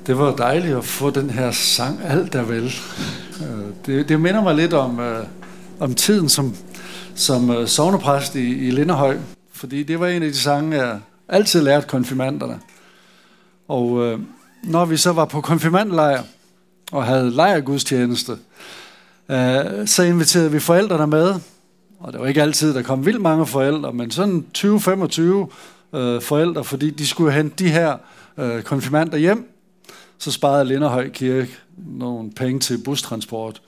Det var dejligt at få den her sang, Alt er vel. Det minder mig lidt om tiden som sognepræst i Lindehøj, fordi det var en af de sange, jeg altid lærte konfirmanderne. Og når vi så var på konfirmandlejr og havde lejrgudstjeneste, så inviterede vi forældrene med. Og det var ikke altid, der kom vildt mange forældre, men sådan 20-25 forældre, fordi de skulle hente de her konfirmander hjem. Så sparede Lindehøj Kirke nogle penge til bustransport.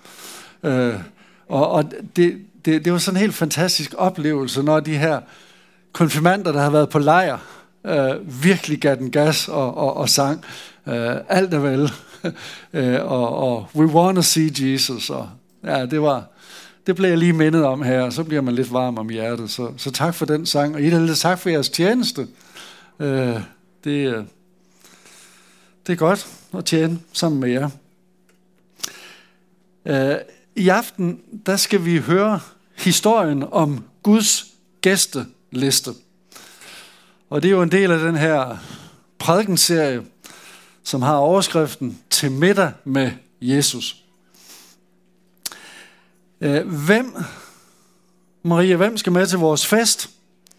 Og det var sådan en helt fantastisk oplevelse, når de her konfirmander, der har været på lejr, virkelig gav den gas og sang. Alt er vel. og We Wanna See Jesus. Og, ja, det blev jeg lige mindet om her, og så bliver man lidt varm om hjertet. Så tak for den sang, og lidt tak for jeres tjeneste. Det er godt at tjene sammen med jer. I aften, der skal vi høre historien om Guds gæsteliste. Og det er jo en del af den her prædikenserie, som har overskriften Til middag med Jesus. Hvem skal med til vores fest?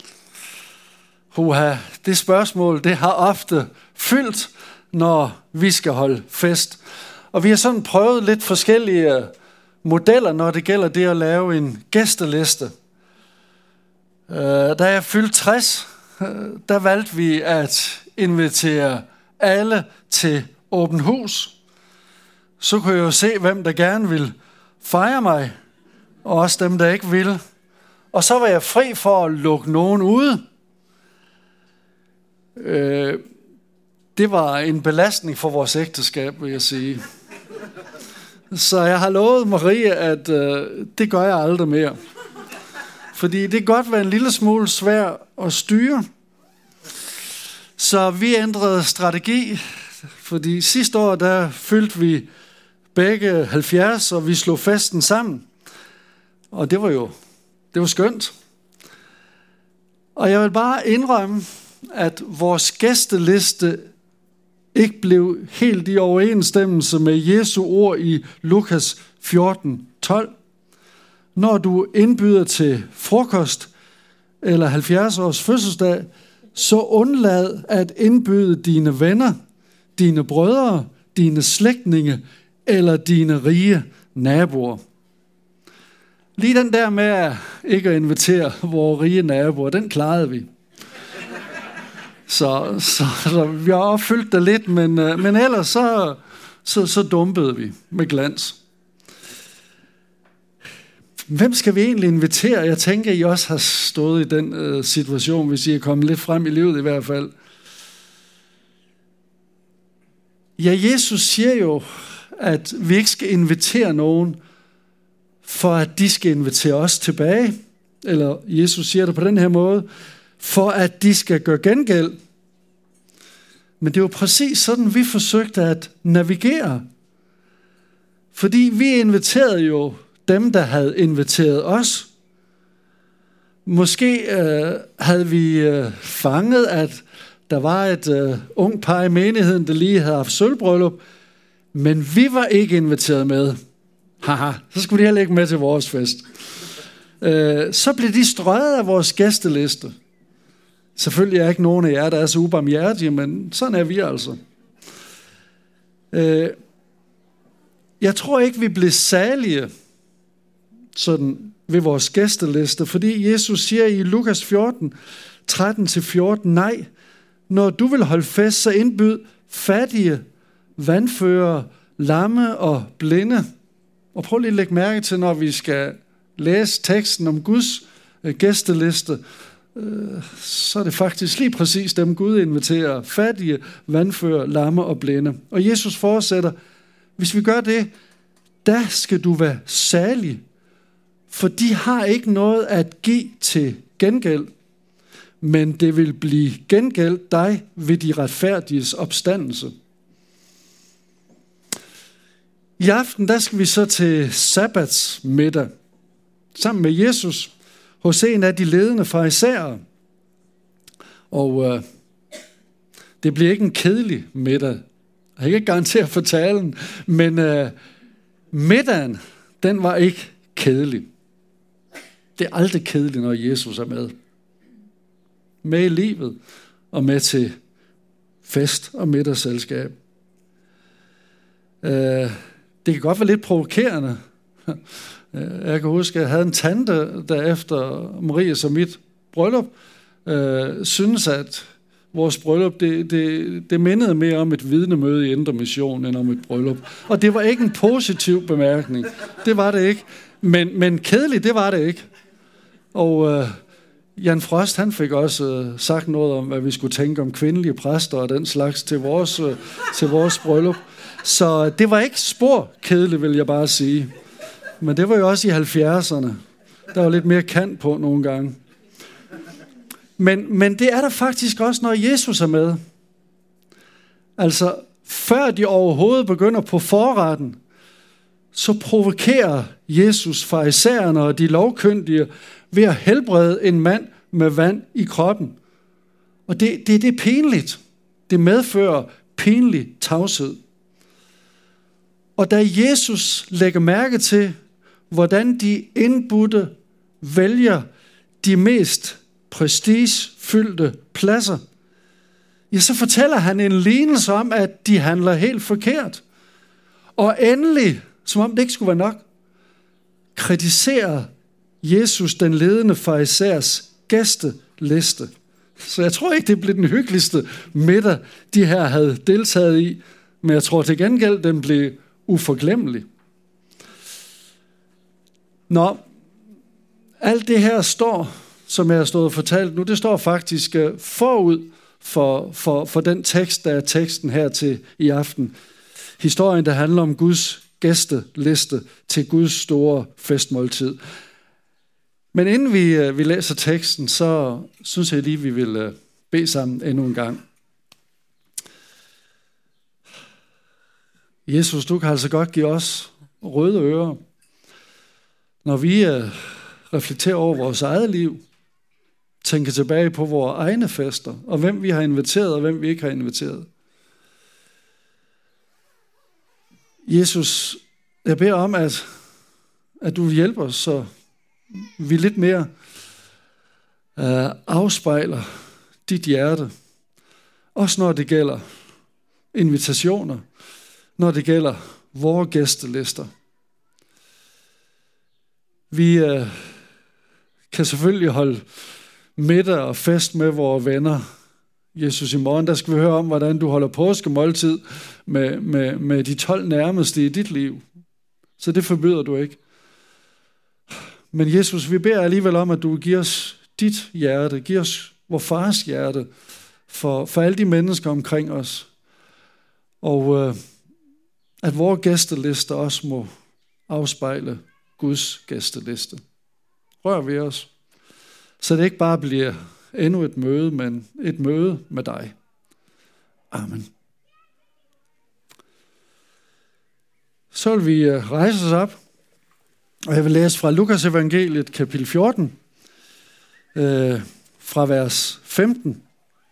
Det spørgsmål, det har ofte fyldt, når vi skal holde fest. Og vi har sådan prøvet lidt forskellige modeller, når det gælder det at lave en gæsteliste. Da jeg fyldte 60, der valgte vi at invitere alle til åbent hus. Så kunne jeg jo se, hvem der gerne ville fejre mig, og også dem, der ikke ville. Og så var jeg fri for at lukke nogen ude. Det var en belastning for vores ægteskab, vil jeg sige. Så jeg har lovet Marie, at det gør jeg aldrig mere. Fordi det kan godt være en lille smule svært at styre. Så vi ændrede strategi, fordi sidste år, der fyldte vi begge 70, og vi slog festen sammen. Og det var skønt. Og jeg vil bare indrømme, at vores gæsteliste ikke blev helt i overensstemmelse med Jesu ord i Lukas 14:12. Når du indbyder til frokost eller 70 års fødselsdag, så undlad at indbyde dine venner, dine brødre, dine slægtninge eller dine rige naboer. Lige den der med ikke at invitere vores rige naboer, den klarede vi. Så vi har opfyldt det lidt, men ellers så dumpede vi med glans. Hvem skal vi egentlig invitere? Jeg tænker, I også har stået i den situation, hvis I er kommet lidt frem i livet i hvert fald. Ja, Jesus siger jo, at vi ikke skal invitere nogen, for at de skal invitere os tilbage. Eller Jesus siger det på den her måde, for at de skal gøre gengæld. Men det var præcis sådan, vi forsøgte at navigere. Fordi vi inviterede jo dem, der havde inviteret os. Måske havde vi fanget, at der var et ung par i menigheden, der lige havde haft sølvbryllup, men vi var ikke inviteret med. Haha, så skulle de heller ikke med til vores fest. Så blev de strøget af vores gæsteliste. Selvfølgelig er ikke nogen af jer, der er så ubarmhjertige, men sådan er vi altså. Jeg tror ikke, vi blev salige sådan ved vores gæsteliste, fordi Jesus siger i Lukas 14, 13-14, nej, når du vil holde fest, så indbyd fattige, vandførere, lamme og blinde. Og prøv lige at lægge mærke til, når vi skal læse teksten om Guds gæsteliste, så er det faktisk lige præcis dem, Gud inviterer: fattige, vandfører, lamme og blinde. Og Jesus fortsætter: hvis vi gør det, der skal du være salig, for de har ikke noget at give til gengæld, men det vil blive gengældt dig ved de retfærdiges opstandelse. I aften, der skal vi så til sabbatsmiddag sammen med Jesus hos en af de ledende farisæere. Og det bliver ikke en kedelig middag. Jeg kan ikke garantere for talen, men middagen, den var ikke kedelig. Det er aldrig kedeligt, når Jesus er med. Med i livet og med til fest og middagsselskab. Det kan godt være lidt provokerende. Jeg kan huske, at jeg havde en tante, der efter Maries og mit bryllup, synes, at vores bryllup, det mindede mere om et vidnemøde i Indre Mission, end om et bryllup. Og det var ikke en positiv bemærkning. Det var det ikke. Men kedeligt, det var det ikke. Og Jan Frost, han fik også sagt noget om, hvad vi skulle tænke om kvindelige præster og den slags til vores bryllup. Så det var ikke spor kedeligt, vil jeg bare sige. Men det var jo også i 70'erne. Der var lidt mere kant på nogle gange. Men det er der faktisk også, når Jesus er med. Altså, før de overhovedet begynder på forretten, så provokerer Jesus farisæerne og de lovkyndige ved at helbrede en mand med vand i kroppen. Og det er pinligt. Det medfører pinlig tavshed. Og da Jesus lægger mærke til, hvordan de indbudte vælger de mest prestigefyldte pladser, ja, så fortæller han en lignelse om, at de handler helt forkert. Og endelig, som om det ikke skulle være nok, kritiserer Jesus den ledende farisæers gæsteliste. Så jeg tror ikke, det blev den hyggeligste middag, de her havde deltaget i, men jeg tror til gengæld, den blev uforglemmelig. Nå, alt det her står, som jeg har stået og fortalt nu, det står faktisk forud for den tekst, der er teksten her til i aften. Historien, der handler om Guds gæsteliste til Guds store festmåltid. Men inden vi læser teksten, så synes jeg lige, vi vil bede sammen endnu en gang. Jesus, du kan altså godt give os røde ører, når vi reflekterer over vores eget liv, tænker tilbage på vores egne fester, og hvem vi har inviteret, og hvem vi ikke har inviteret. Jesus, jeg beder om, at du hjælper os, så vi lidt mere afspejler dit hjerte. Også når det gælder invitationer, når det gælder vores gæstelister. Vi kan selvfølgelig holde middag og fest med vores venner. Jesus, i morgen, der skal vi høre om, hvordan du holder påskemåltid med de 12 nærmeste i dit liv. Så det forbyder du ikke. Men Jesus, vi beder alligevel om, at du giver os dit hjerte, giver os vores fars hjerte for alle de mennesker omkring os. Og at vores gæstelister også må afspejle Guds gæsteliste. Rør ved os, så det ikke bare bliver endnu et møde, men et møde med dig. Amen. Så vil vi rejse os op, og jeg vil læse fra Lukas evangeliet, kapitel 14, fra vers 15.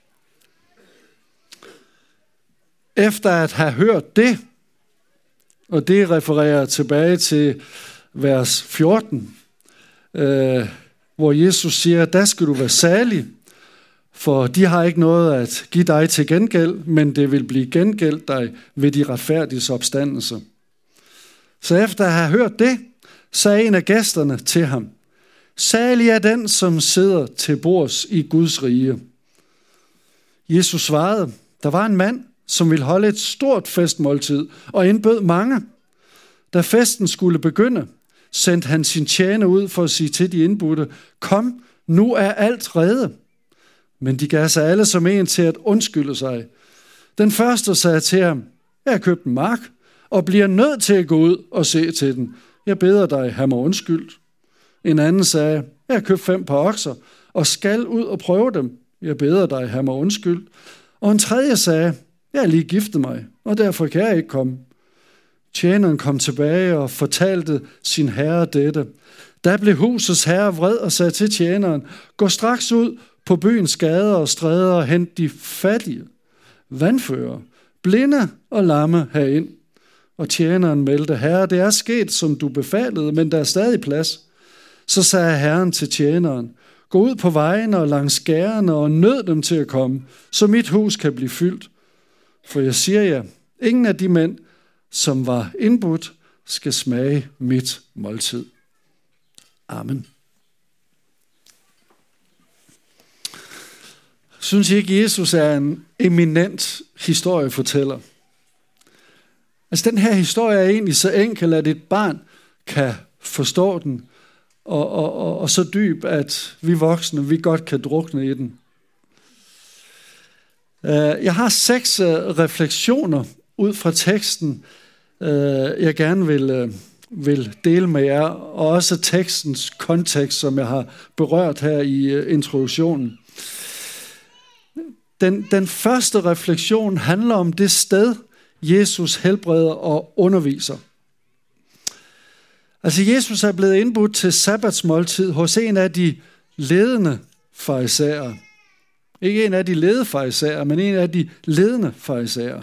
Efter at have hørt det, og det refererer tilbage til vers 14, hvor Jesus siger, der skal du være salig, for de har ikke noget at give dig til gengæld, men det vil blive gengældt dig ved de retfærdiges opstandelse. Så efter at have hørt det, sagde en af gæsterne til ham, salig er den, som sidder til bords i Guds rige. Jesus svarede, der var en mand, som ville holde et stort festmåltid og indbød mange. Da festen skulle begynde, sendte han sin tjener ud for at sige til de indbudte, kom, nu er alt rede. Men de gav sig alle som en til at undskylde sig. Den første sagde til ham, jeg har købt en mark, og bliver nødt til at gå ud og se til den. Jeg beder dig, have mig undskyldt. En anden sagde, jeg har købt 5 par okser, og skal ud og prøve dem. Jeg beder dig, have mig undskyldt. Og en tredje sagde, jeg er lige giftet mig, og derfor kan jeg ikke komme. Tjeneren kom tilbage og fortalte sin herre dette. Da blev husets herre vred og sagde til tjeneren, gå straks ud på byens gader og stræder og hent de fattige, vandfører, blinde og lamme herind. Og tjeneren meldte, Herre, det er sket, som du befalede, men der er stadig plads. Så sagde Herren til tjeneren, gå ud på vejene og langs gærene og nød dem til at komme, så mit hus kan blive fyldt. For jeg siger jer, ingen af de mænd, som var indbudt, skal smage mit måltid. Amen. Synes I ikke, Jesus er en eminent historiefortæller? Altså den her historie er egentlig så enkel, at et barn kan forstå den, og så dyb, at vi voksne, vi godt kan drukne i den. Jeg har 6 refleksioner ud fra teksten, jeg gerne vil dele med jer, og også tekstens kontekst, som jeg har berørt her i introduktionen. Den første refleksion handler om det sted, Jesus helbreder og underviser. Altså Jesus er blevet indbudt til sabbatsmåltid hos en af de ledende farisæere. Ikke en af de ledende farisæere, men en af de ledende farisæere.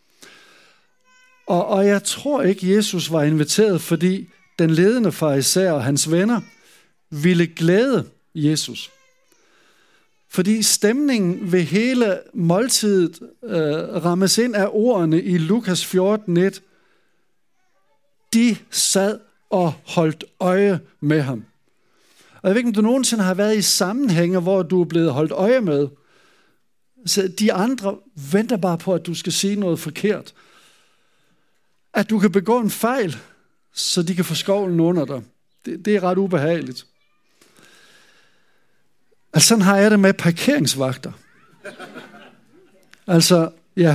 Og jeg tror ikke, Jesus var inviteret, fordi den ledende farisæer og hans venner ville glæde Jesus. Fordi stemningen ved hele måltidet rammes ind af ordene i Lukas 14:1. De sad og holdt øje med ham. Og jeg ved ikke, om du nogensinde har været i sammenhænge, hvor du er blevet holdt øje med. Så de andre venter bare på, at du skal sige noget forkert. At du kan begå en fejl, så de kan få skovlen under dig. Det er ret ubehageligt. Altså sådan har jeg det med parkeringsvagter. Altså,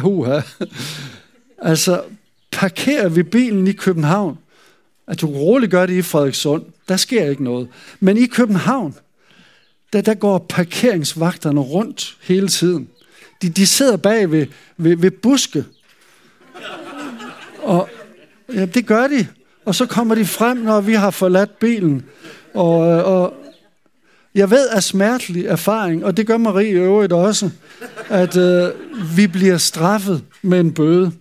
Altså, parkerer vi bilen i København, at du roligt gør det i Frederikssund, der sker ikke noget. Men i København, der går parkeringsvagterne rundt hele tiden. De sidder bag ved buske. Og ja, det gør de. Og så kommer de frem, når vi har forladt bilen. Og jeg ved af smertelig erfaring, og det gør Marie i øvrigt også, at vi bliver straffet med en bøde.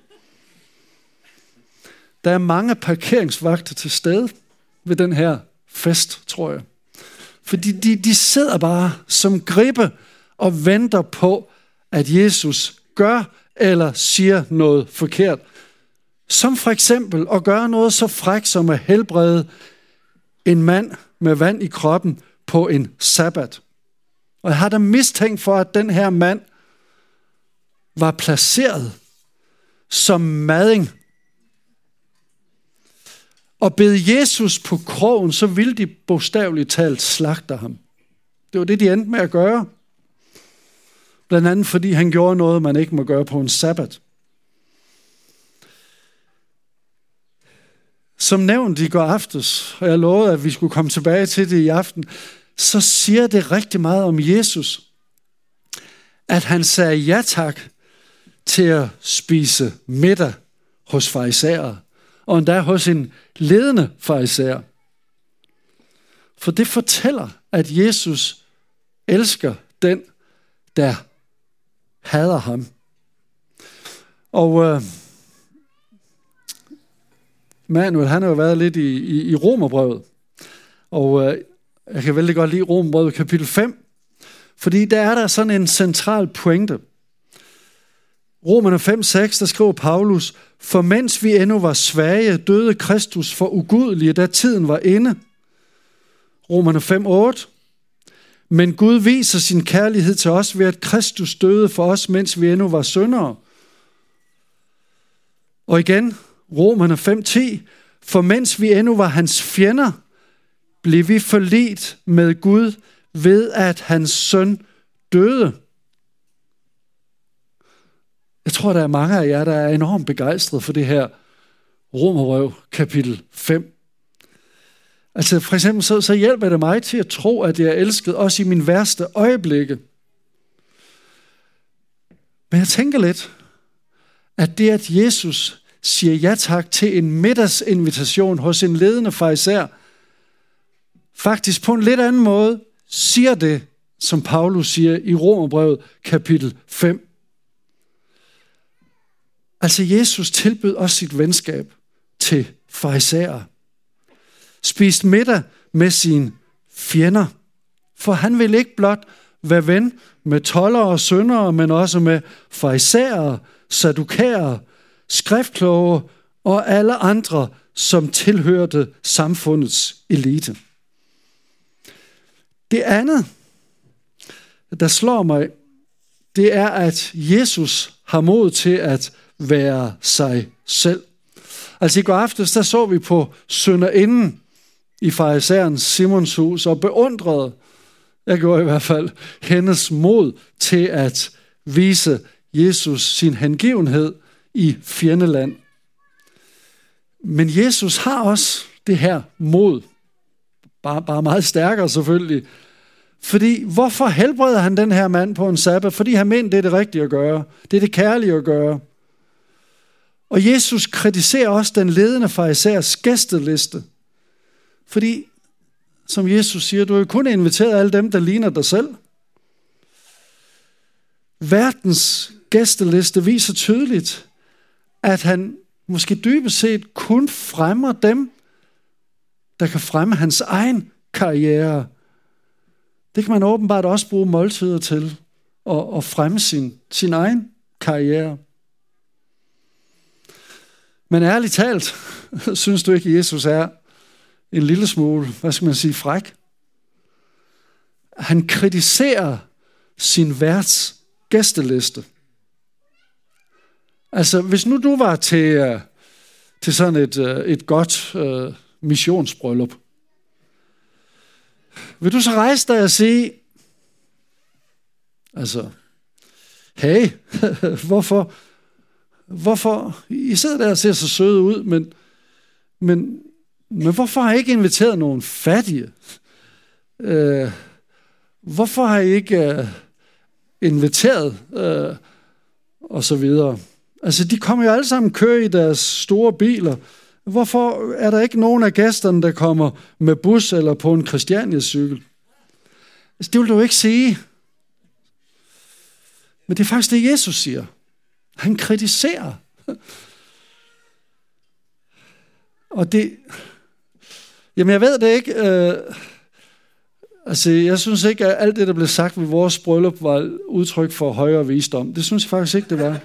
Der er mange parkeringsvagter til stede ved den her fest, tror jeg. Fordi de sidder bare som gribe og venter på, at Jesus gør eller siger noget forkert. Som for eksempel at gøre noget så frækt som at helbrede en mand med vand i kroppen på en sabbat. Og jeg har da mistænkt for, at den her mand var placeret som madding. Og bed Jesus på krogen, så ville de bogstaveligt talt slagte ham. Det var det, de endte med at gøre. Blandt andet fordi han gjorde noget, man ikke må gøre på en sabbat. Som nævnt i går aftes, og jeg lovede, at vi skulle komme tilbage til det i aften, så siger det rigtig meget om Jesus, at han sagde ja tak til at spise middag hos farisæere, og endda hos en ledende farisæer. For det fortæller, at Jesus elsker den, der hader ham. Og Manuel, han har jo været lidt i Romerbrevet, og jeg kan vældig godt lide Romerbrevet kapitel 5, fordi der er der sådan en central pointe. Romerne 5:6, der skriver Paulus, for mens vi endnu var svage, døde Kristus for ugudelige, da tiden var inde. Romerne 5:8, men Gud viser sin kærlighed til os ved, at Kristus døde for os, mens vi endnu var syndere. Og igen, Romerne 5:10, for mens vi endnu var hans fjender, blev vi forlidt med Gud ved, at hans søn døde. Jeg tror, der er mange af jer, der er enormt begejstrede for det her Romerbrev kapitel 5. Altså for eksempel så hjælper det mig til at tro, at jeg er elsket også i min værste øjeblikke. Men jeg tænker lidt, at det, at Jesus siger ja tak til en middagsinvitation hos en ledende farisæer, faktisk på en lidt anden måde siger det, som Paulus siger i Romerbrevet kapitel 5. Altså Jesus tilbød også sit venskab til farisæere. Spiste middag med sine fjender. For han ville ikke blot være ven med toldere og syndere, men også med farisæere, sadukæere, skriftkloge og alle andre, som tilhørte samfundets elite. Det andet, der slår mig, det er, at Jesus har mod til at være sig selv. Altså i går aftes, der så vi på synderinden i farisæeren Simons hus og beundrede, jeg gjorde i hvert fald, hendes mod til at vise Jesus sin hengivenhed i fjendeland. Men Jesus har også det her mod, bare meget stærkere selvfølgelig. Fordi hvorfor helbreder han den her mand på en sabbat? Fordi han mener, det er det rigtige at gøre. Det er det kærlige at gøre. Og Jesus kritiserer også den ledende farisæers gæsteliste. Fordi, som Jesus siger, du har jo kun inviteret alle dem, der ligner dig selv. Verdens gæsteliste viser tydeligt, at han måske dybest set kun fremmer dem, der kan fremme hans egen karriere. Det kan man åbenbart også bruge måltider til at fremme sin egen karriere. Men ærligt talt, synes du ikke, at Jesus er en lille smule, hvad skal man sige, fræk? Han kritiserer sin værts gæsteliste. Altså, hvis nu du var til sådan et godt missionsbryllup, vil du så rejse dig og sige, altså, hey, hvorfor, I sidder der og ser så søde ud, men hvorfor har I ikke inviteret nogen fattige? Hvorfor har I ikke inviteret, og så videre? Altså, de kommer jo alle sammen køre i deres store biler. Hvorfor er der ikke nogen af gæsterne, der kommer med bus eller på en Christiania-cykel? Altså, det vil du jo ikke sige. Men det er faktisk det, Jesus siger. Han kritiserer. Og det... Jamen, jeg ved det ikke. Altså, jeg synes ikke, at alt det, der blev sagt ved vores bryllup, var udtryk for højere visdom. Det synes jeg faktisk ikke, det var.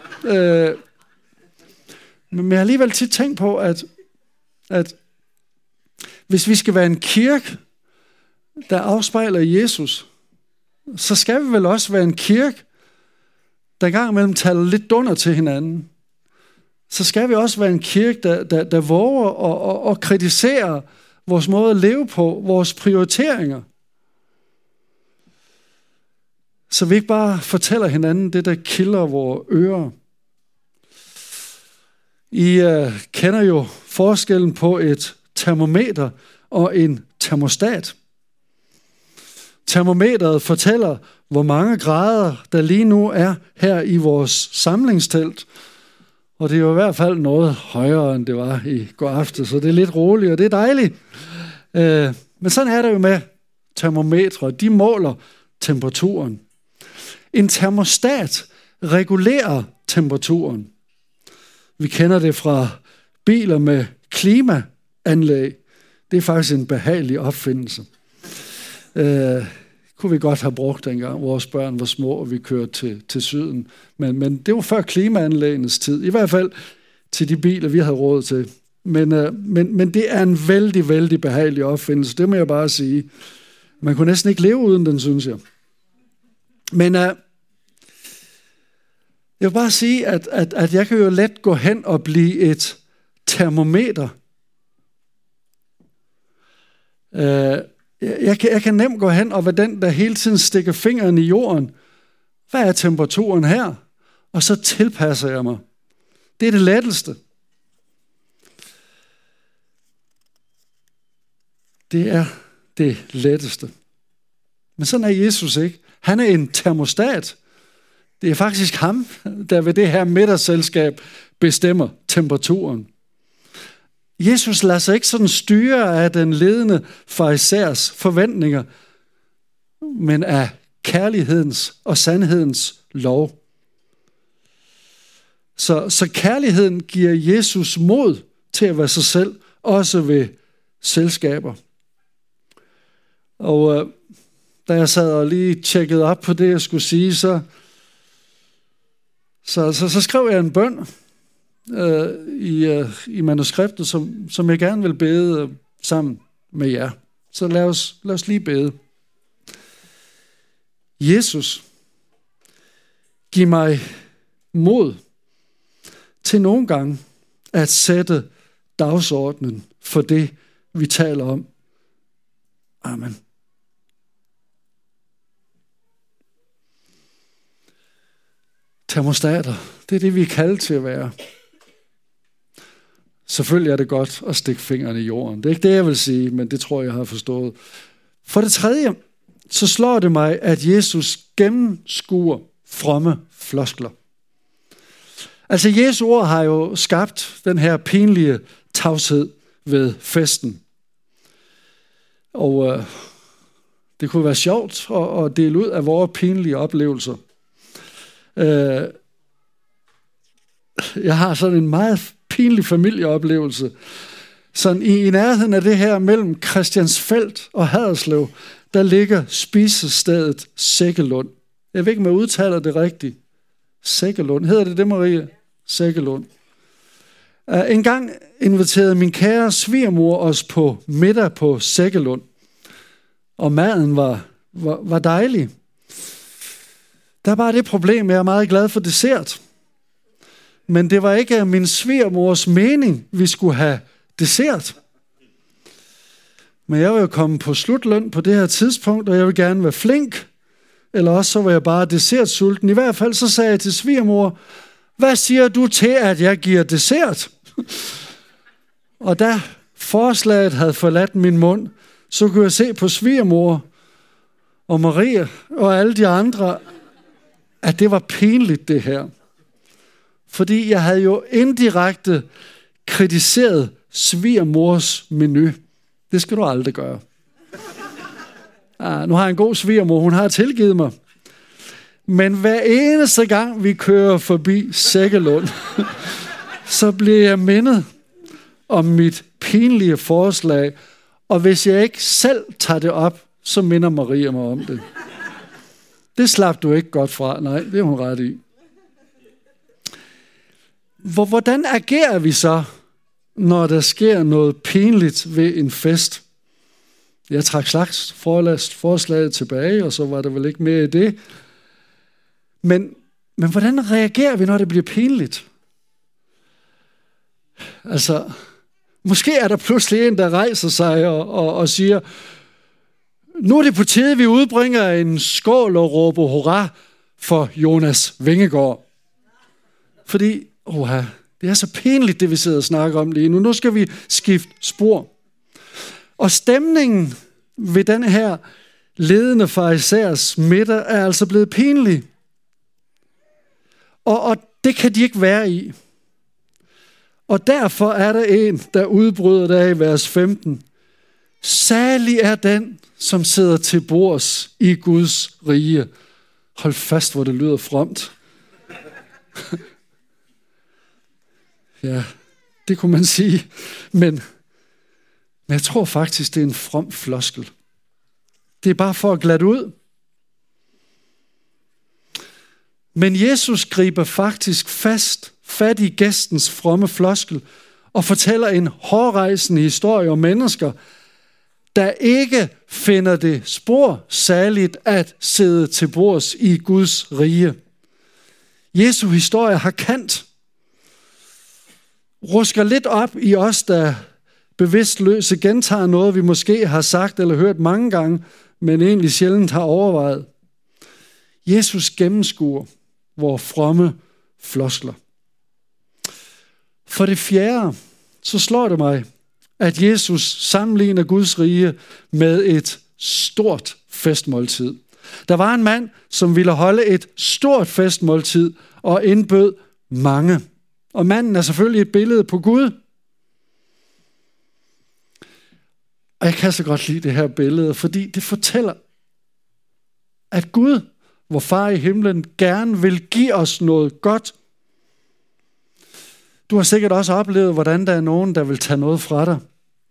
Men jeg har alligevel tit tænkt på, at hvis vi skal være en kirke, der afspejler Jesus, så skal vi vel også være en kirke, der engang imellem taler lidt dunder til hinanden. Så skal vi også være en kirke, der våger at kritisere vores måde at leve på, vores prioriteringer. Så vi ikke bare fortæller hinanden det, der kilder vores ører. I kender jo forskellen på et termometer og en termostat. Termometeret fortæller, hvor mange grader der lige nu er her i vores samlingstelt. Og det er jo i hvert fald noget højere, end det var i går aften, så det er lidt roligt, og det er dejligt. Men sådan er det jo med termometre. De måler temperaturen. En termostat regulerer temperaturen. Vi kender det fra biler med klimaanlæg. Det er faktisk en behagelig opfindelse. Kunne vi godt have brugt dengang vores børn var små, og vi kørte til syden. Men det var før klimaanlægenes tid. I hvert fald til de biler, vi havde råd til. Men det er en vældig, vældig behagelig opfindelse. Det må jeg bare sige. Man kunne næsten ikke leve uden den, synes jeg. Men jeg vil bare sige, at jeg kan jo let gå hen og blive et termometer. Jeg kan nemt gå hen og være den, der hele tiden stikker fingeren i jorden. Hvad er temperaturen her? Og så tilpasser jeg mig. Det er det letteste. Det er det letteste. Men sådan er Jesus ikke. Han er en termostat. Det er faktisk ham, der ved det her middagsselskab bestemmer temperaturen. Jesus lader sig ikke sådan styre af den ledende farisæers forventninger, men af kærlighedens og sandhedens lov. Så kærligheden giver Jesus mod til at være sig selv, også ved selskaber. Og da jeg sad og lige tjekkede op på det, jeg skulle sige, så skrev jeg en bøn i manuskriptet, som jeg gerne vil bede sammen med jer. Så lad os lige bede. Jesus, giv mig mod til nogle gange at sætte dagsordenen for det, vi taler om. Amen. Termostater, det er det, vi er kaldet til at være. Selvfølgelig er det godt at stikke fingrene i jorden. Det er ikke det, jeg vil sige, men det tror jeg har forstået. For det tredje, så slår det mig, at Jesus gennemskuer fromme floskler. Altså Jesu ord har jo skabt den her pinlige tavshed ved festen. Og det kunne være sjovt at dele ud af vores pinlige oplevelser. Jeg har sådan en meget pinlig familieoplevelse. Sådan i nærheden af det her mellem Christiansfeld og Haderslev, der ligger spisestedet Sækkelund. Jeg ved ikke, om jeg udtaler det rigtigt. Sækkelund. Hedder det, Marie? Sækkelund. En gang inviterede min kære svigermor os på middag på Sækkelund. Og maden var dejlig. Der er bare det problem, at jeg er meget glad for dessert. Men det var ikke min svigermors mening, vi skulle have dessert. Men jeg vil jo komme på slutløn på det her tidspunkt, og jeg vil gerne være flink. Eller også så var jeg bare dessertsulten. I hvert fald så sagde jeg til svigermor, hvad siger du til, at jeg giver dessert? Og da forslaget havde forladt min mund, så kunne jeg se på svigermor og Maria og alle de andre, at det var pinligt det her. Fordi jeg havde jo indirekte kritiseret svigermors menu. Det skal du aldrig gøre. Nu har jeg en god svigermor, hun har tilgivet mig. Men hver eneste gang vi kører forbi Sækkelund, så bliver jeg mindet om mit pinlige forslag. Og hvis jeg ikke selv tager det op, så minder Maria mig om det. Det slap du ikke godt fra. Nej, det er hun ret i. Hvordan agerer vi så, når der sker noget pinligt ved en fest? Jeg trak slags forslaget tilbage, og så var der vel ikke mere i det. Men hvordan reagerer vi, når det bliver pinligt? Altså, måske er der pludselig en, der rejser sig og siger, nu er det på tide, vi udbringer en skål og råber hurra for Jonas Vingegaard. Fordi, det er så pinligt, det vi sidder og snakker om lige nu. Nu skal vi skifte spor. Og stemningen ved den her ledende farisæers middag er altså blevet pinlig. Og det kan de ikke være i. Og derfor er der en, der udbryder der i vers 15. Salig er den, som sidder til bords i Guds rige. Hold fast, hvor det lyder fromt. Ja, det kunne man sige. Men jeg tror faktisk, det er en from floskel. Det er bare for at glatte ud. Men Jesus griber faktisk fat i gæstens fromme floskel og fortæller en hårrejsende historie om mennesker, der ikke finder det spor særligt at sidde til bords i Guds rige. Jesu historie har kant. Rusker lidt op i os, der bevidstløse gentager noget, vi måske har sagt eller hørt mange gange, men egentlig sjældent har overvejet. Jesus gennemskuer vores fromme floskler. For det fjerde, så slår det mig, at Jesus sammenligner Guds rige med et stort festmåltid. Der var en mand, som ville holde et stort festmåltid og indbød mange. Og manden er selvfølgelig et billede på Gud. Og jeg kan så godt lide det her billede, fordi det fortæller, at Gud, vor far i himlen, gerne vil give os noget godt. Du har sikkert også oplevet, hvordan der er nogen, der vil tage noget fra dig.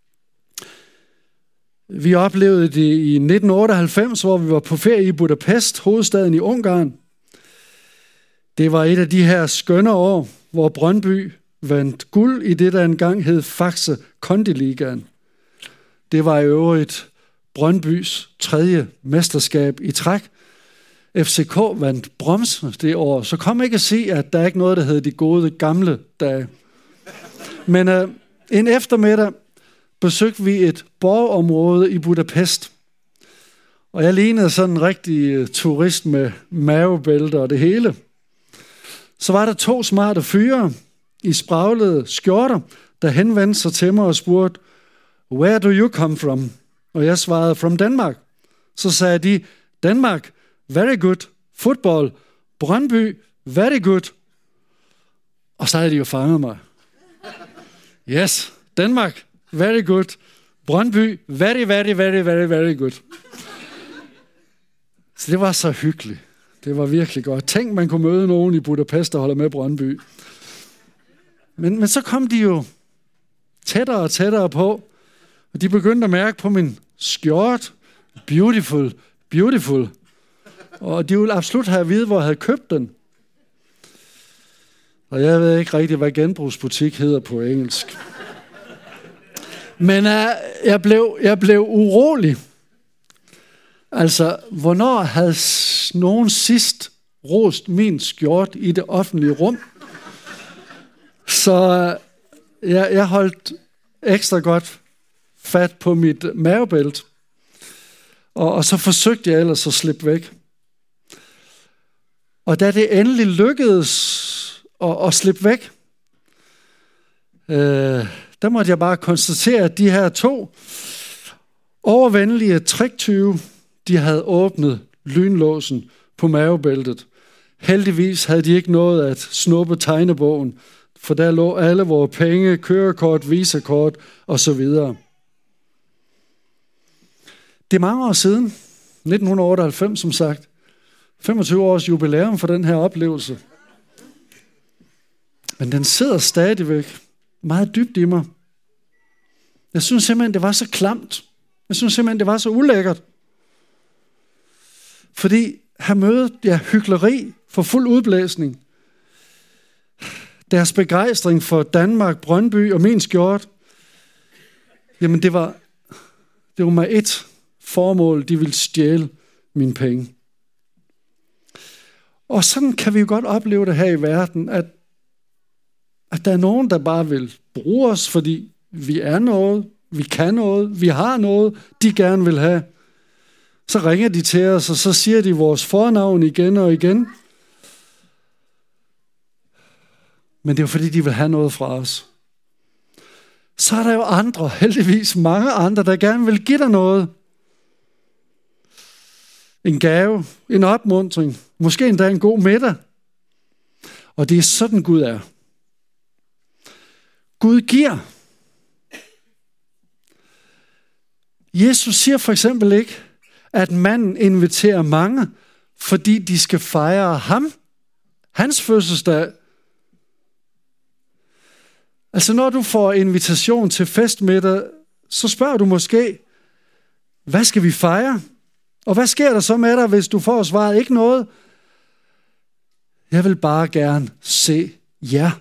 Vi oplevede det i 1998, hvor vi var på ferie i Budapest, hovedstaden i Ungarn. Det var et af de her skønne år, hvor Brøndby vandt guld i det, der engang hed Faxe Kondi-ligaen. Det var i øvrigt Brøndbys 3. mesterskab i træk. FCK vandt bronze det år, så kom ikke at sige, at der er ikke noget, der hedder de gode gamle dage. Men en eftermiddag besøgte vi et borgområde i Budapest. Og jeg lignede sådan en rigtig turist med mavebælter og det hele. Så var der 2 smarte fyre i spraglede skjorter, der henvendte sig til mig og spurgte, "Where do you come from?" Og jeg svarede, "From Denmark." Så sagde de, "Danmark, very good. Football, Brøndby, very good." Og så havde de jo fanget mig. Yes, Danmark, very good. Brøndby, very, very, very, very, very good. Så det var så hyggeligt. Det var virkelig godt. Tænk, man kunne møde nogen i Budapest, der holder med Brøndby. Men så kom de jo tættere og tættere på, og de begyndte at mærke på min skjort. Beautiful, beautiful. Og de ville absolut have at vide, hvor jeg havde købt den. Og jeg ved ikke rigtig, hvad genbrugsbutik hedder på engelsk. Men jeg blev urolig. Altså, hvornår havde nogen sidst rost min skjort i det offentlige rum? Så jeg holdt ekstra godt fat på mit mavebælt. Og så forsøgte jeg ellers at slippe væk. Og da det endelig lykkedes at slippe væk, der måtte jeg bare konstatere, at de her 2 overvenlige triktyve, de havde åbnet lynlåsen på mavebæltet. Heldigvis havde de ikke nået at snuppe tegnebogen, for der lå alle vores penge, kørekort, visakort osv. Det er mange år siden, 1998 som sagt, 25 års jubilæum for den her oplevelse. Men den sidder stadigvæk meget dybt i mig. Jeg synes simpelthen, det var så klamt. Jeg synes simpelthen, det var så ulækkert. Fordi her mødte jeg hykleri for fuld udblæsning. Deres begejstring for Danmark, Brøndby og min skjort, jamen det var med et formål, de ville stjæle mine penge. Og sådan kan vi jo godt opleve det her i verden, at der er nogen, der bare vil bruge os, fordi vi er noget, vi kan noget, vi har noget, de gerne vil have. Så ringer de til os, og så siger de vores fornavn igen og igen. Men det er jo fordi, de vil have noget fra os. Så er der jo andre, heldigvis mange andre, der gerne vil give dig noget. En gave, en opmuntring, måske endda en god middag. Og det er sådan Gud er. Gud giver. Jesus siger for eksempel ikke, at manden inviterer mange, fordi de skal fejre ham, hans fødselsdag. Altså når du får invitation til festmiddag, så spørger du måske, hvad skal vi fejre? Og hvad sker der så med dig, hvis du får svaret ikke noget? Jeg vil bare gerne se jer.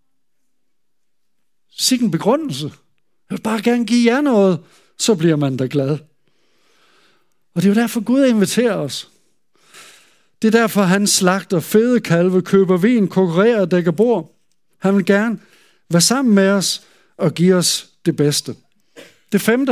Sig en begrundelse. Jeg vil bare gerne give jer noget, så bliver man da glad. Og det er jo derfor Gud inviterer os. Det er derfor han slagter fede kalve, køber vin, konkurrerer og dækker bord. Han vil gerne være sammen med os og give os det bedste. Det 5.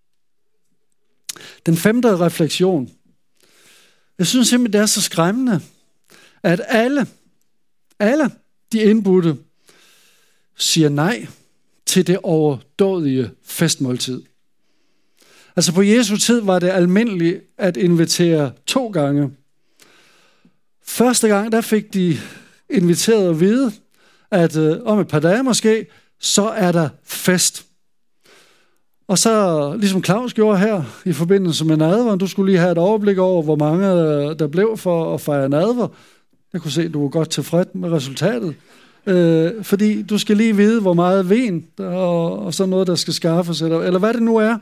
Den 5. refleksion. Jeg synes simpelthen, det er så skræmmende, at alle de indbudte siger nej til det overdådige festmåltid. Altså på Jesu tid var det almindeligt at invitere 2 gange. Første gang, der fik de inviteret at vide, at om et par dage måske, så er der fest. Og så, ligesom Claus gjorde her, i forbindelse med nadveren, du skulle lige have et overblik over, hvor mange der blev for at fejre nadver. Jeg kunne se, at du var godt tilfreds med resultatet. fordi du skal lige vide, hvor meget vin og sådan noget, der skal skaffes, eller hvad det nu er.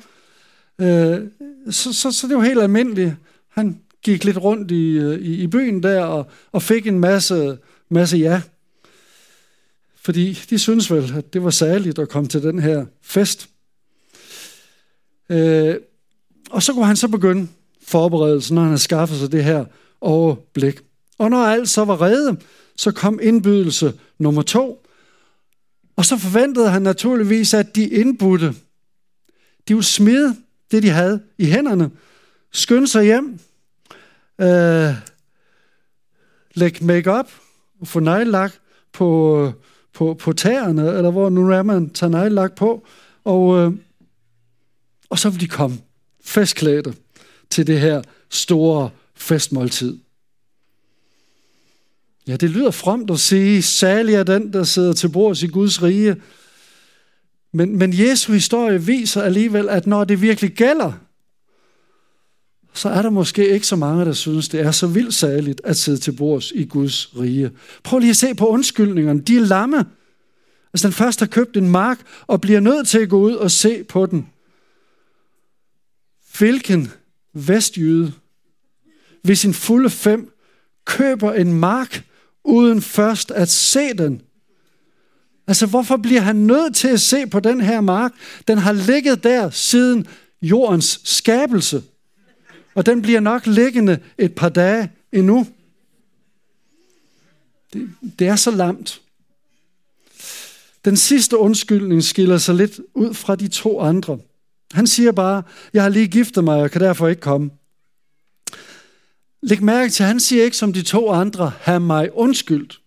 Så det er jo helt almindeligt. Han gik lidt rundt i byen der og fik en masse ja. Fordi de synes vel, at det var særligt at komme til den her fest. Og så kunne han så begynde forberedelsen, når han havde skaffet sig det her overblik. Og når alt så var rede, så kom indbydelse nummer 2. Og så forventede han naturligvis, at de indbudte, de ville smide det, de havde i hænderne, skynde sig hjem, lægge make-up og få neglelak på tæerne, eller hvor nu er man tager neglelak på, og så vil de komme festklædte til det her store festmåltid. Ja, det lyder fromt at sige, salig er den, der sidder til bords i Guds rige. Men Jesu historie viser alligevel, at når det virkelig gælder, så er der måske ikke så mange, der synes, det er så vildt saligt at sidde til bords i Guds rige. Prøv lige at se på undskyldningerne. De er lamme. Altså den første har købt en mark og bliver nødt til at gå ud og se på den. Hvilken vestjyde ved sin fulde 5 køber en mark uden først at se den? Altså hvorfor bliver han nødt til at se på den her mark? Den har ligget der siden jordens skabelse. Og den bliver nok liggende et par dage endnu. Det er så lamt. Den sidste undskyldning skiller sig lidt ud fra de 2 andre. Han siger bare, jeg har lige giftet mig, og kan derfor ikke komme. Læg mærke til, han siger ikke som de 2 andre, have mig undskyldt.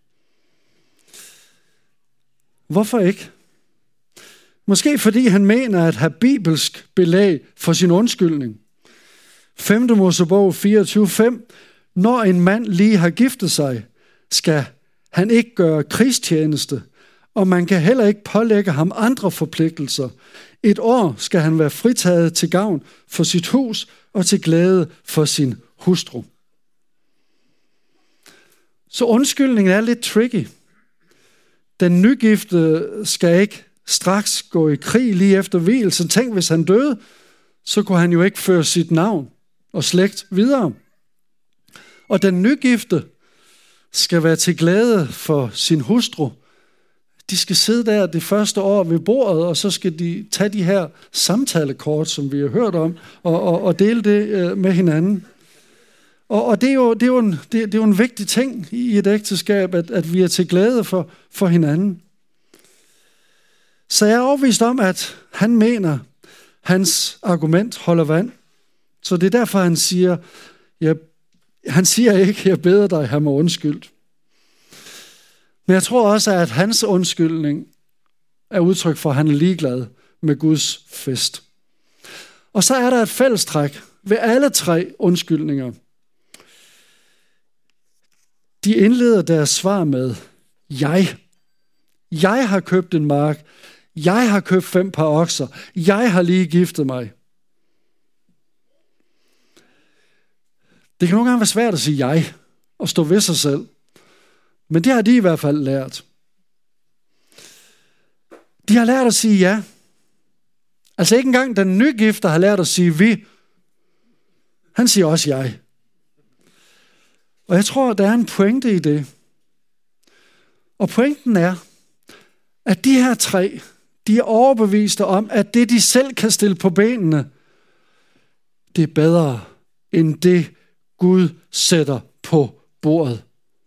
Hvorfor ikke? Måske fordi han mener at have bibelsk belæg for sin undskyldning. 5. Mosebog 24:5. Når en mand lige har giftet sig, skal han ikke gøre krigstjeneste, og man kan heller ikke pålægge ham andre forpligtelser. 1 år skal han være fritaget til gavn for sit hus og til glæde for sin hustru. Så undskyldningen er lidt tricky. Den nygifte skal ikke straks gå i krig lige efter vielsen. Tænk, hvis han døde, så kunne han jo ikke føre sit navn og slægt videre. Og den nygifte skal være til glæde for sin hustru. De skal sidde der det første år ved bordet, og så skal de tage de her samtalekort, som vi har hørt om, og dele det med hinanden. Og det er jo en vigtig ting i et ægteskab, at vi er til glæde for hinanden. Så jeg er overbevist om, at han mener, hans argument holder vand. Så det er derfor, han siger, han siger ikke, jeg beder dig, have mig undskyldt. Men jeg tror også, at hans undskyldning er udtryk for, at han er ligeglad med Guds fest. Og så er der et fællestræk ved alle 3 undskyldninger. De indleder deres svar med, jeg har købt en mark, jeg har købt 5 par okser, jeg har lige giftet mig. Det kan nogle gange være svært at sige jeg, og stå ved sig selv. Men det har de i hvert fald lært. De har lært at sige ja. Altså ikke engang den nygifte har lært at sige vi. Han siger også jeg. Og jeg tror, der er en pointe i det. Og pointen er, at de her 3, de er overbeviste om, at det de selv kan stille på benene, det er bedre end det Gud sætter på bordet.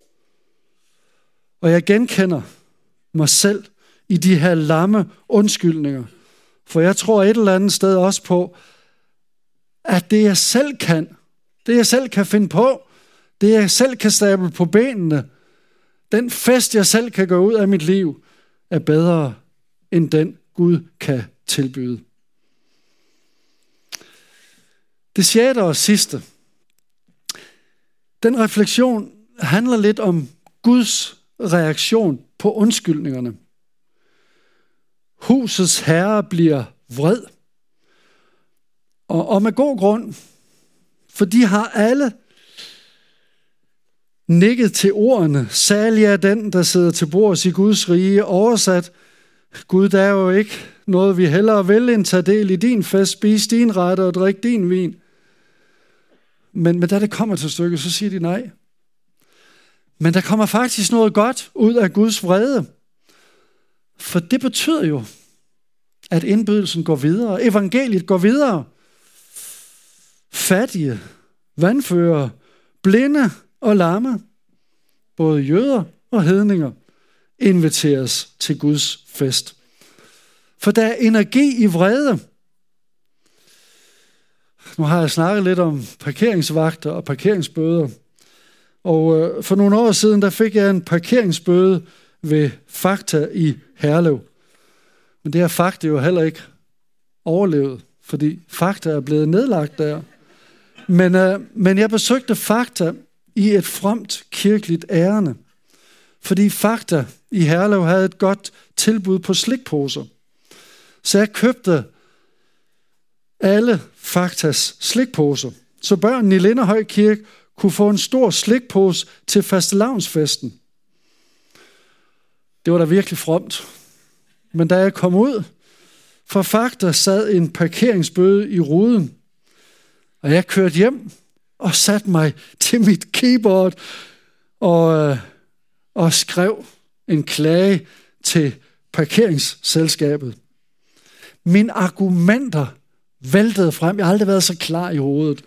Og jeg genkender mig selv i de her lamme undskyldninger. For jeg tror et eller andet sted også på, at det jeg selv kan finde på, det jeg selv kan stable på benene, den fest jeg selv kan gå ud af mit liv, er bedre end den Gud kan tilbyde. Det 6. og sidste. Den refleksion handler lidt om Guds reaktion på undskyldningerne. Husets herre bliver vred. Og med god grund, for de har alle nikket til ordene. Salig er den, der sidder til bords i Guds rige. Oversat, Gud, der er jo ikke noget, vi hellere vil end tage del i din fest, spise din retter og drikke din vin. Men da det kommer til stykket, så siger de nej. Men der kommer faktisk noget godt ud af Guds vrede. For det betyder jo, at indbydelsen går videre. Evangeliet går videre. Fattige, vandførere, blinde og lamme, både jøder og hedninger, inviteres til Guds fest. For der er energi i vrede. Nu har jeg snakket lidt om parkeringsvagter og parkeringsbøder. Og for nogle år siden, der fik jeg en parkeringsbøde ved Fakta i Herlev. Men det har Fakta jo heller ikke overlevet, fordi Fakta er blevet nedlagt der. Men jeg besøgte Fakta i et fromt kirkeligt ærende, fordi Fakta i Herlev havde et godt tilbud på slikposer. Så jeg købte alle Faktas slikposer, så børnene i Linderhøj Kirke kunne få en stor slikpose til fastelavnsfesten. Det var da virkelig fromt. Men da jeg kom ud fra Fakta, sad en parkeringsbøde i ruden, og jeg kørte hjem og satte mig til mit keyboard og skrev en klage til parkeringsselskabet. Mine argumenter væltede frem. Jeg har aldrig været så klar i hovedet.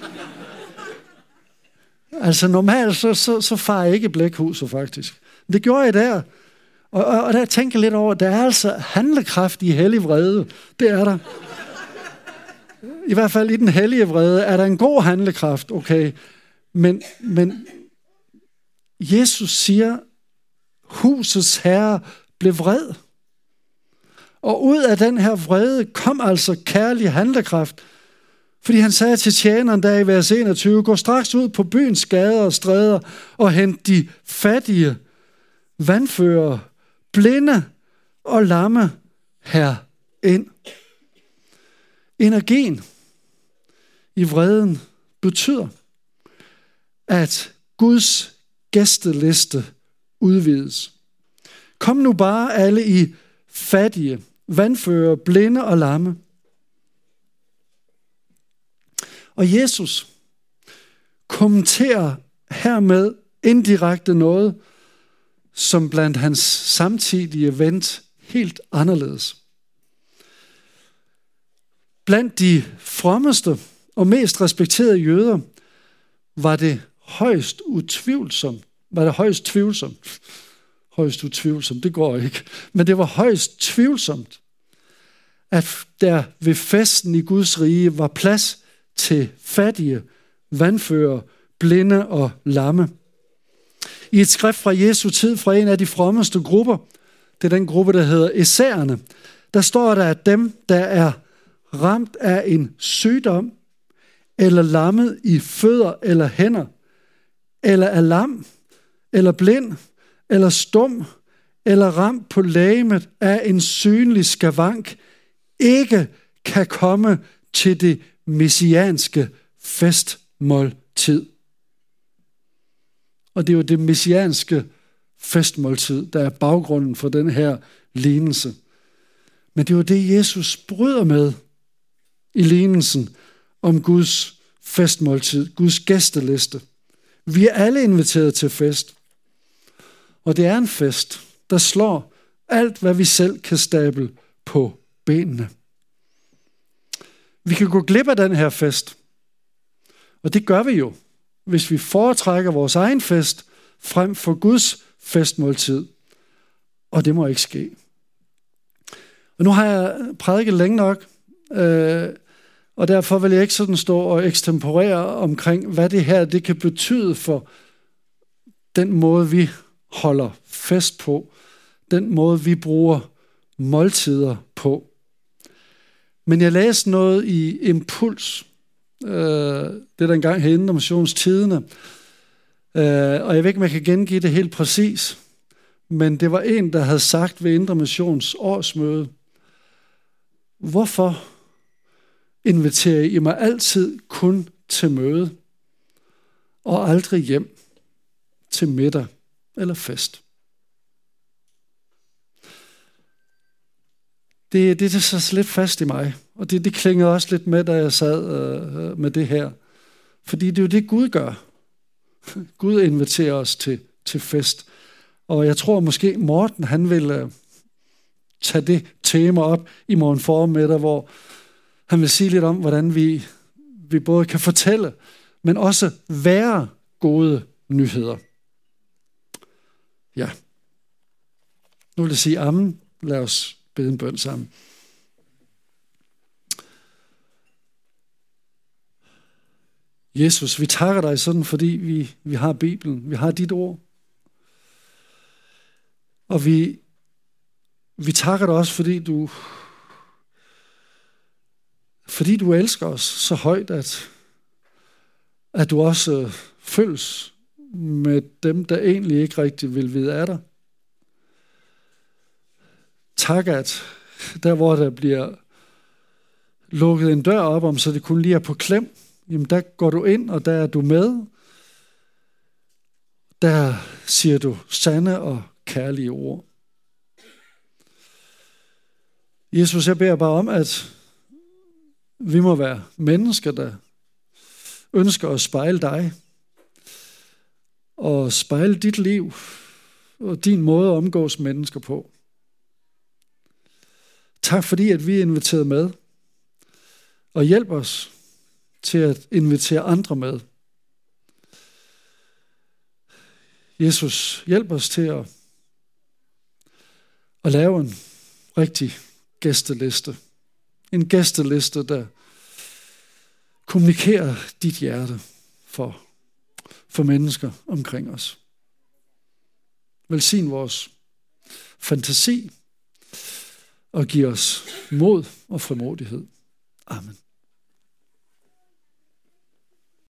Altså normalt så farer jeg ikke blækhuset faktisk. Det gjorde jeg der. Og der tænker jeg lidt over, der er altså handlekraft i hellig vrede. Det er der. I hvert fald i den hellige vrede er der en god handlekraft, okay. Men Jesus siger, husets herre blev vred. Og ud af den her vrede kom altså kærlig handlekraft. Fordi han sagde til tjeneren der i vers 21, gå straks ud på byens gader og stræder og hent de fattige, vandførere, blinde og lamme her ind. Energien i vreden betyder, at Guds gæsteliste udvides. Kom nu bare alle i fattige, vandførere, blinde og lamme. Og Jesus kommenterer hermed indirekte noget, som blandt hans samtidige vendte helt anderledes. Blandt de frommeste og mest respekterede jøder var det højst utvivlsomt. Højst utvivlsomt, det går ikke. Men det var højst tvivlsomt, at der ved festen i Guds rige var plads til fattige, vandførere, blinde og lamme. I et skrift fra Jesu tid fra en af de frommeste grupper, det er den gruppe, der hedder Essærerne, der står der, at dem, der er ramt af en sygdom, eller lammet i fødder eller hænder, eller er lam, eller blind, eller stum, eller ramt på legemet af en synlig skavank, ikke kan komme til det messianske festmåltid. Og det er jo det messianske festmåltid, der er baggrunden for den her lignelse. Men det er jo det, Jesus bryder med i lignelsen om Guds festmåltid, Guds gæsteliste. Vi er alle inviteret til fest. Og det er en fest, der slår alt, hvad vi selv kan stable på benene. Vi kan gå glip af den her fest. Og det gør vi jo, hvis vi foretrækker vores egen fest frem for Guds festmåltid. Og det må ikke ske. Og nu har jeg prædiket længe nok, og derfor vil jeg ikke sådan stå og ekstemporere omkring, hvad det her det kan betyde for den måde, vi holder fest på, den måde, vi bruger måltider på. Men jeg læste noget i Impuls, det der engang hed Indre Missions Tidende, og jeg ved ikke, om jeg kan gengive det helt præcis, men det var en, der havde sagt ved Indre Missions årsmøde, hvorfor inviterer I mig altid kun til møde og aldrig hjem? til middag eller fest. Det så lidt fast i mig, og det klingede også lidt med, da jeg sad med det her. Fordi det er jo det, Gud gør. Gud inviterer os til fest. Og jeg tror måske, Morten han vil tage det tema op i morgen formiddag, hvor han vil sige lidt om, hvordan vi både kan fortælle, men også være gode nyheder. Ja. Nu vil jeg sige amen. Lad os bede en bøn sammen. Jesus, vi takker dig sådan, fordi vi har Bibelen, vi har dit ord. Og vi takker dig også, fordi du elsker os så højt, at du også følges med dem, der egentlig ikke rigtig vil vide af dig. Tak, at der, hvor der bliver lukket en dør op om, så det kun lige er på klem, jamen der går du ind, og der er du med. Der siger du sande og kærlige ord. Jesus, jeg beder bare om, at vi må være mennesker, der ønsker at spejle dig, og spejle dit liv, og din måde at omgås mennesker på. Tak fordi, at vi er inviteret med, og hjælp os til at invitere andre med. Jesus, hjælp os til at lave en rigtig gæsteliste. En gæsteliste, der kommunikerer dit hjerte for mennesker omkring os. Velsign vores fantasi og giv os mod og frimodighed. Amen.